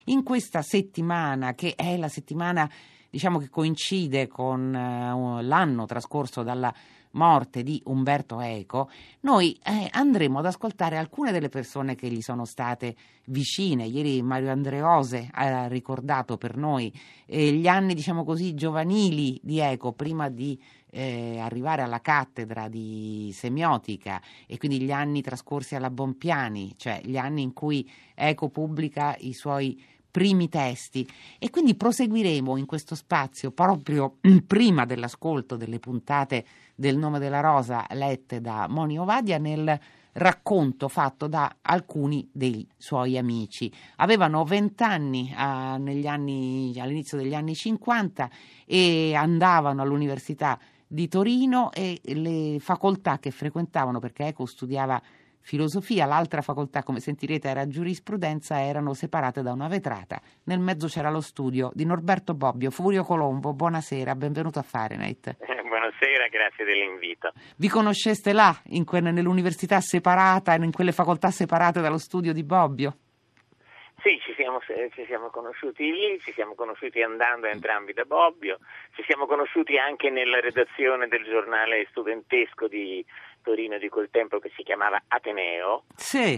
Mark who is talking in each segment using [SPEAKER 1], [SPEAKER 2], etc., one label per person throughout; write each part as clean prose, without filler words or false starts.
[SPEAKER 1] In questa settimana, che è la settimana, diciamo, che coincide con l'anno trascorso dalla morte di Umberto Eco, noi andremo ad ascoltare alcune delle persone che gli sono state vicine. Ieri Mario Andreose ha ricordato per noi gli anni, diciamo così, giovanili di Eco, prima di arrivare alla cattedra di semiotica, e quindi gli anni trascorsi alla Bompiani, cioè gli anni in cui Eco pubblica i suoi primi testi, e quindi proseguiremo in questo spazio proprio prima dell'ascolto delle puntate del Nome della Rosa lette da Moni Ovadia nel racconto fatto da alcuni dei suoi amici. Avevano 20 anni all'inizio degli anni 50 e andavano all'Università di Torino, e le facoltà che frequentavano, perché Eco studiava filosofia, l'altra facoltà, come sentirete, era giurisprudenza, erano separate da una vetrata. Nel mezzo c'era lo studio di Norberto Bobbio. Furio Colombo, buonasera, benvenuto a Fahrenheit.
[SPEAKER 2] Buonasera, grazie dell'invito.
[SPEAKER 1] Vi conosceste là, nell'università separata, in quelle facoltà separate dallo studio di Bobbio?
[SPEAKER 2] Sì, ci siamo conosciuti lì, ci siamo conosciuti andando entrambi da Bobbio, ci siamo conosciuti anche nella redazione del giornale studentesco di Torino di quel tempo che si chiamava Ateneo,
[SPEAKER 1] sì.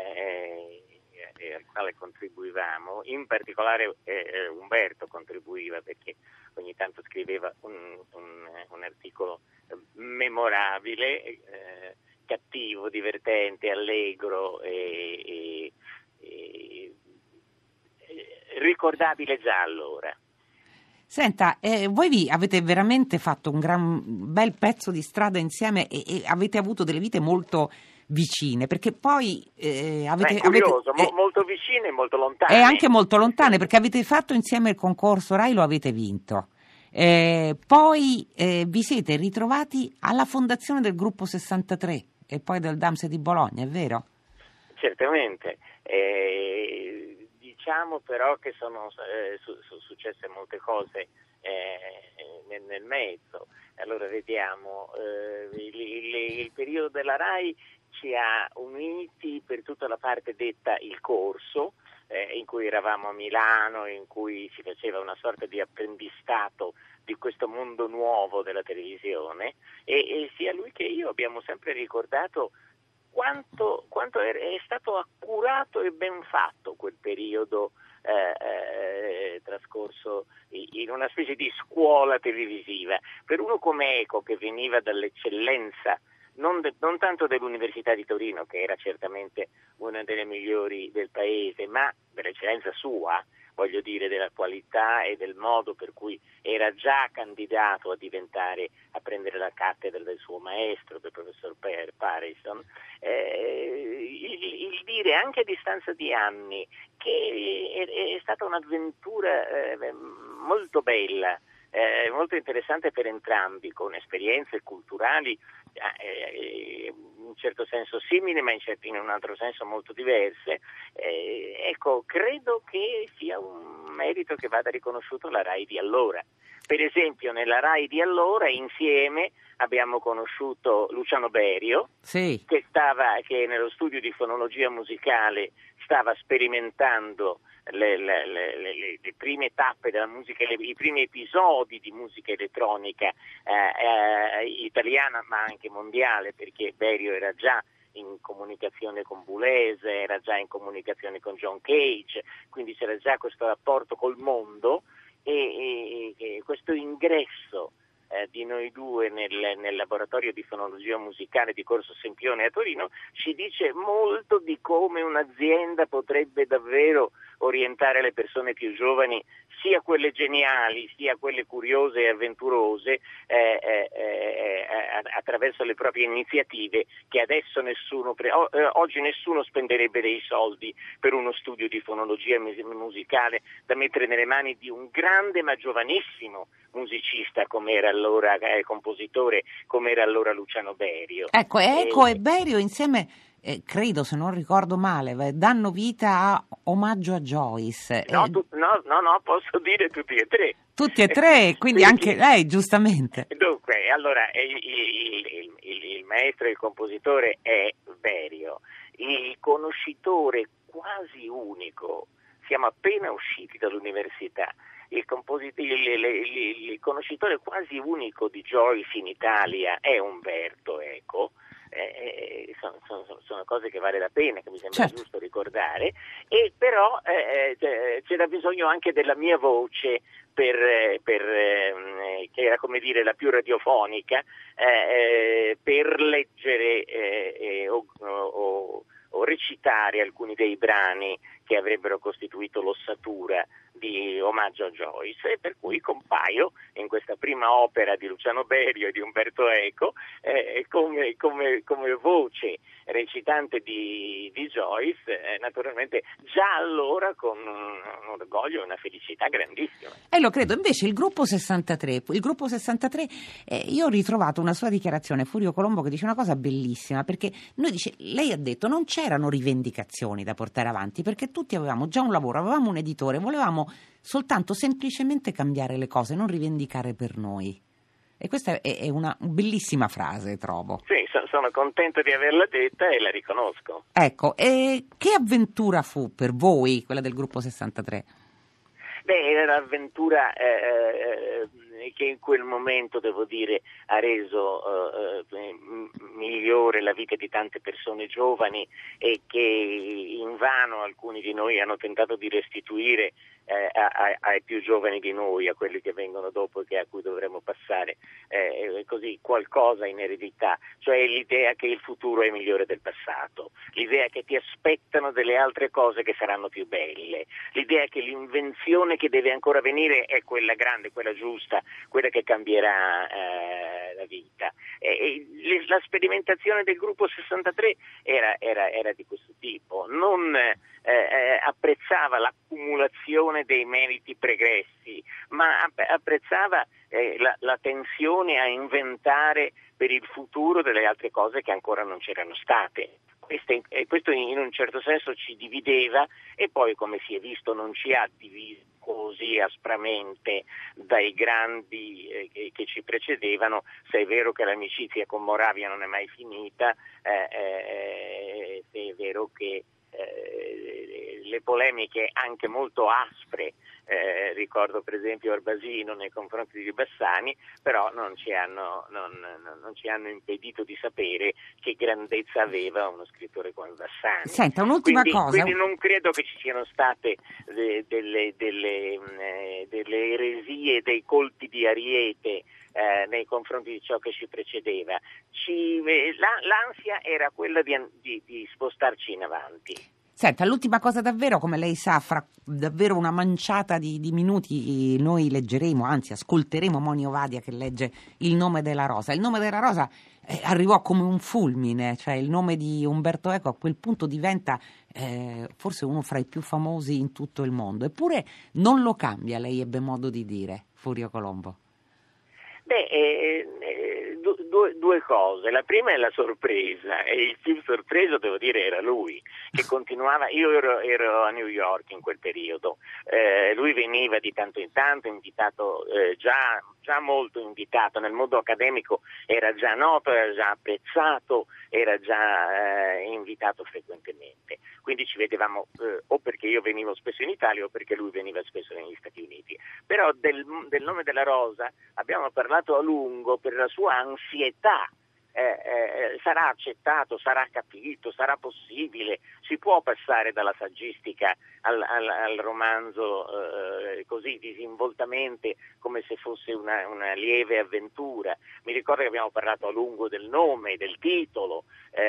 [SPEAKER 2] Al quale contribuivamo. In particolare Umberto contribuiva perché ogni tanto scriveva un articolo memorabile, cattivo, divertente, allegro e ricordabile già allora.
[SPEAKER 1] Senta, voi avete veramente fatto un bel pezzo di strada insieme e avete avuto delle vite molto vicine, perché poi
[SPEAKER 2] curioso, molto vicine e molto lontane.
[SPEAKER 1] E anche molto lontane, perché avete fatto insieme il concorso Rai, lo avete vinto. Poi vi siete ritrovati alla fondazione del Gruppo 63 e poi del DAMSE di Bologna, è vero?
[SPEAKER 2] Certamente. Diciamo però che sono successe molte cose nel mezzo. Allora vediamo, il periodo della Rai ci ha uniti per tutta la parte detta il corso, in cui eravamo a Milano, in cui si faceva una sorta di apprendistato di questo mondo nuovo della televisione, e sia lui che io abbiamo sempre ricordato quanto è stato accurato e ben fatto quel periodo trascorso in una specie di scuola televisiva. Per uno come Eco, che veniva dall'eccellenza non tanto dell'Università di Torino, che era certamente una delle migliori del paese, ma dell'eccellenza sua, voglio dire, della qualità e del modo per cui era già candidato a prendere la cattedra del suo maestro, del professor Parison, il dire anche a distanza di anni che è stata un'avventura molto bella, molto interessante per entrambi, con esperienze culturali in un certo senso simili, ma in un altro senso molto diverse. Ecco, credo che sia un merito che vada riconosciuto alla Rai di allora. Per esempio, nella Rai di allora insieme abbiamo conosciuto Luciano Berio,
[SPEAKER 1] sì,
[SPEAKER 2] che nello studio di fonologia musicale stava sperimentando le prime tappe della musica, i primi episodi di musica elettronica italiana, ma anche mondiale, perché Berio era già in comunicazione con Boulez, era già in comunicazione con John Cage, quindi c'era già questo rapporto col mondo, e questo ingresso di noi due nel laboratorio di fonologia musicale di Corso Sempione a Torino ci dice molto di come un'azienda potrebbe davvero orientare le persone più giovani, sia quelle geniali sia quelle curiose e avventurose, attraverso le proprie iniziative, che adesso oggi nessuno spenderebbe dei soldi per uno studio di fonologia musicale da mettere nelle mani di un grande ma giovanissimo musicista come era allora, compositore come era allora Luciano Berio.
[SPEAKER 1] Ecco, Eco e Berio insieme, credo, se non ricordo male, danno vita a Omaggio a Joyce.
[SPEAKER 2] No, posso dire tutti e tre.
[SPEAKER 1] Tutti e tre, quindi anche lei, giustamente.
[SPEAKER 2] Dunque, allora, il maestro e il compositore è Berio, il conoscitore quasi unico, siamo appena usciti dall'università. Il conoscitore quasi unico di Joyce in Italia è Umberto Eco. Sono cose che vale la pena, che mi sembra giusto ricordare, e però c'era bisogno anche della mia voce che era, come dire, la più radiofonica, per leggere o recitare alcuni dei brani che avrebbero costituito l'ossatura di Omaggio a Joyce, e per cui compaio in questa prima opera di Luciano Berio e di Umberto Eco come voce recitante di Joyce, naturalmente già allora con un orgoglio e una felicità grandissima.
[SPEAKER 1] Lo credo. Invece il gruppo 63, io ho ritrovato una sua dichiarazione, Furio Colombo, che dice una cosa bellissima, perché lei ha detto non c'erano rivendicazioni da portare avanti, perché tutti avevamo già un lavoro, avevamo un editore, volevamo soltanto semplicemente cambiare le cose, non rivendicare per noi. E questa è una bellissima frase, trovo.
[SPEAKER 2] Sì, sono contento di averla detta e la riconosco.
[SPEAKER 1] Ecco, e che avventura fu per voi quella del gruppo 63?
[SPEAKER 2] Beh, era un'avventura che in quel momento, devo dire, ha reso migliore la vita di tante persone giovani, e che invano alcuni di noi hanno tentato di restituire ai più giovani di noi, a quelli che vengono dopo e a cui dovremo passare così qualcosa in eredità, cioè l'idea che il futuro è migliore del passato, l'idea che ti aspettano delle altre cose che saranno più belle, l'idea che l'invenzione che deve ancora venire è quella grande, quella giusta, quella che cambierà la vita. La sperimentazione del gruppo 63 era di questo tipo, non apprezzava l'accumulazione dei meriti pregressi, ma apprezzava la tensione a inventare per il futuro delle altre cose che ancora non c'erano state. Questo in un certo senso ci divideva, e poi, come si è visto, non ci ha diviso così aspramente dai grandi che ci precedevano. Se è vero che l'amicizia con Moravia non è mai finita, se è vero che le polemiche anche molto aspre, ricordo per esempio Arbasino nei confronti di Bassani, però non ci hanno impedito di sapere che grandezza aveva uno scrittore come Bassani.
[SPEAKER 1] Senta, un'ultima cosa.
[SPEAKER 2] Quindi non credo che ci siano state delle eresie, dei colpi di ariete nei confronti di ciò che ci precedeva. L'ansia era quella di spostarci in avanti.
[SPEAKER 1] Senta, l'ultima cosa davvero, come lei sa, fra davvero una manciata di minuti noi leggeremo, anzi ascolteremo Moni Ovadia che legge Il nome della rosa. Il nome della rosa arrivò come un fulmine, cioè il nome di Umberto Eco a quel punto diventa forse uno fra i più famosi in tutto il mondo. Eppure non lo cambia, lei ebbe modo di dire, Furio Colombo.
[SPEAKER 2] Due cose. La prima è la sorpresa, e il più sorpreso, devo dire, era lui, che continuava. Io ero a New York in quel periodo, lui veniva di tanto in tanto, invitato, già molto invitato, nel mondo accademico era già noto, era già apprezzato, era già invitato frequentemente, quindi ci vedevamo o perché io venivo spesso in Italia o perché lui veniva spesso negli Stati Uniti. Però del nome della rosa abbiamo parlato a lungo per la sua ansietà. Sarà accettato, sarà capito, sarà possibile, si può passare dalla saggistica al romanzo così disinvoltamente, come se fosse una lieve avventura. Mi ricordo che abbiamo parlato a lungo del nome, del titolo,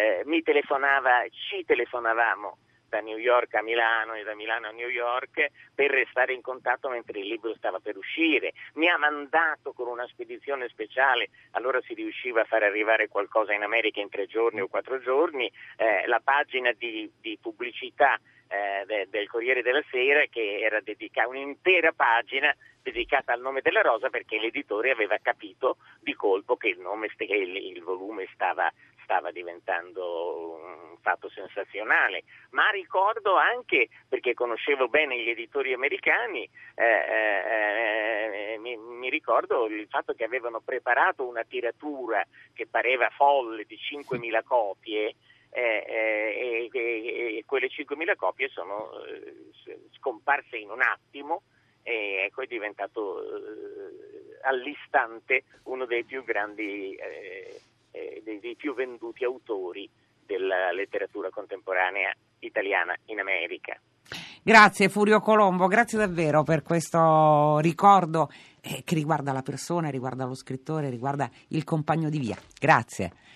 [SPEAKER 2] ci telefonavamo da New York a Milano e da Milano a New York per restare in contatto mentre il libro stava per uscire. Mi ha mandato con una spedizione speciale, allora si riusciva a far arrivare qualcosa in America in 3 giorni o 4 giorni, la pagina di pubblicità del Corriere della Sera, che era dedicata, un'intera pagina dedicata al nome della rosa, perché l'editore aveva capito di colpo che il volume stava diventando un fatto sensazionale. Ma ricordo anche, perché conoscevo bene gli editori americani, mi ricordo il fatto che avevano preparato una tiratura che pareva folle di 5.000 copie, e quelle 5.000 copie sono scomparse in un attimo, e ecco, è diventato all'istante uno dei più grandi, dei più venduti autori della letteratura contemporanea italiana in America.
[SPEAKER 1] Grazie Furio Colombo, grazie davvero per questo ricordo che riguarda la persona, riguarda lo scrittore, riguarda il compagno di via. Grazie.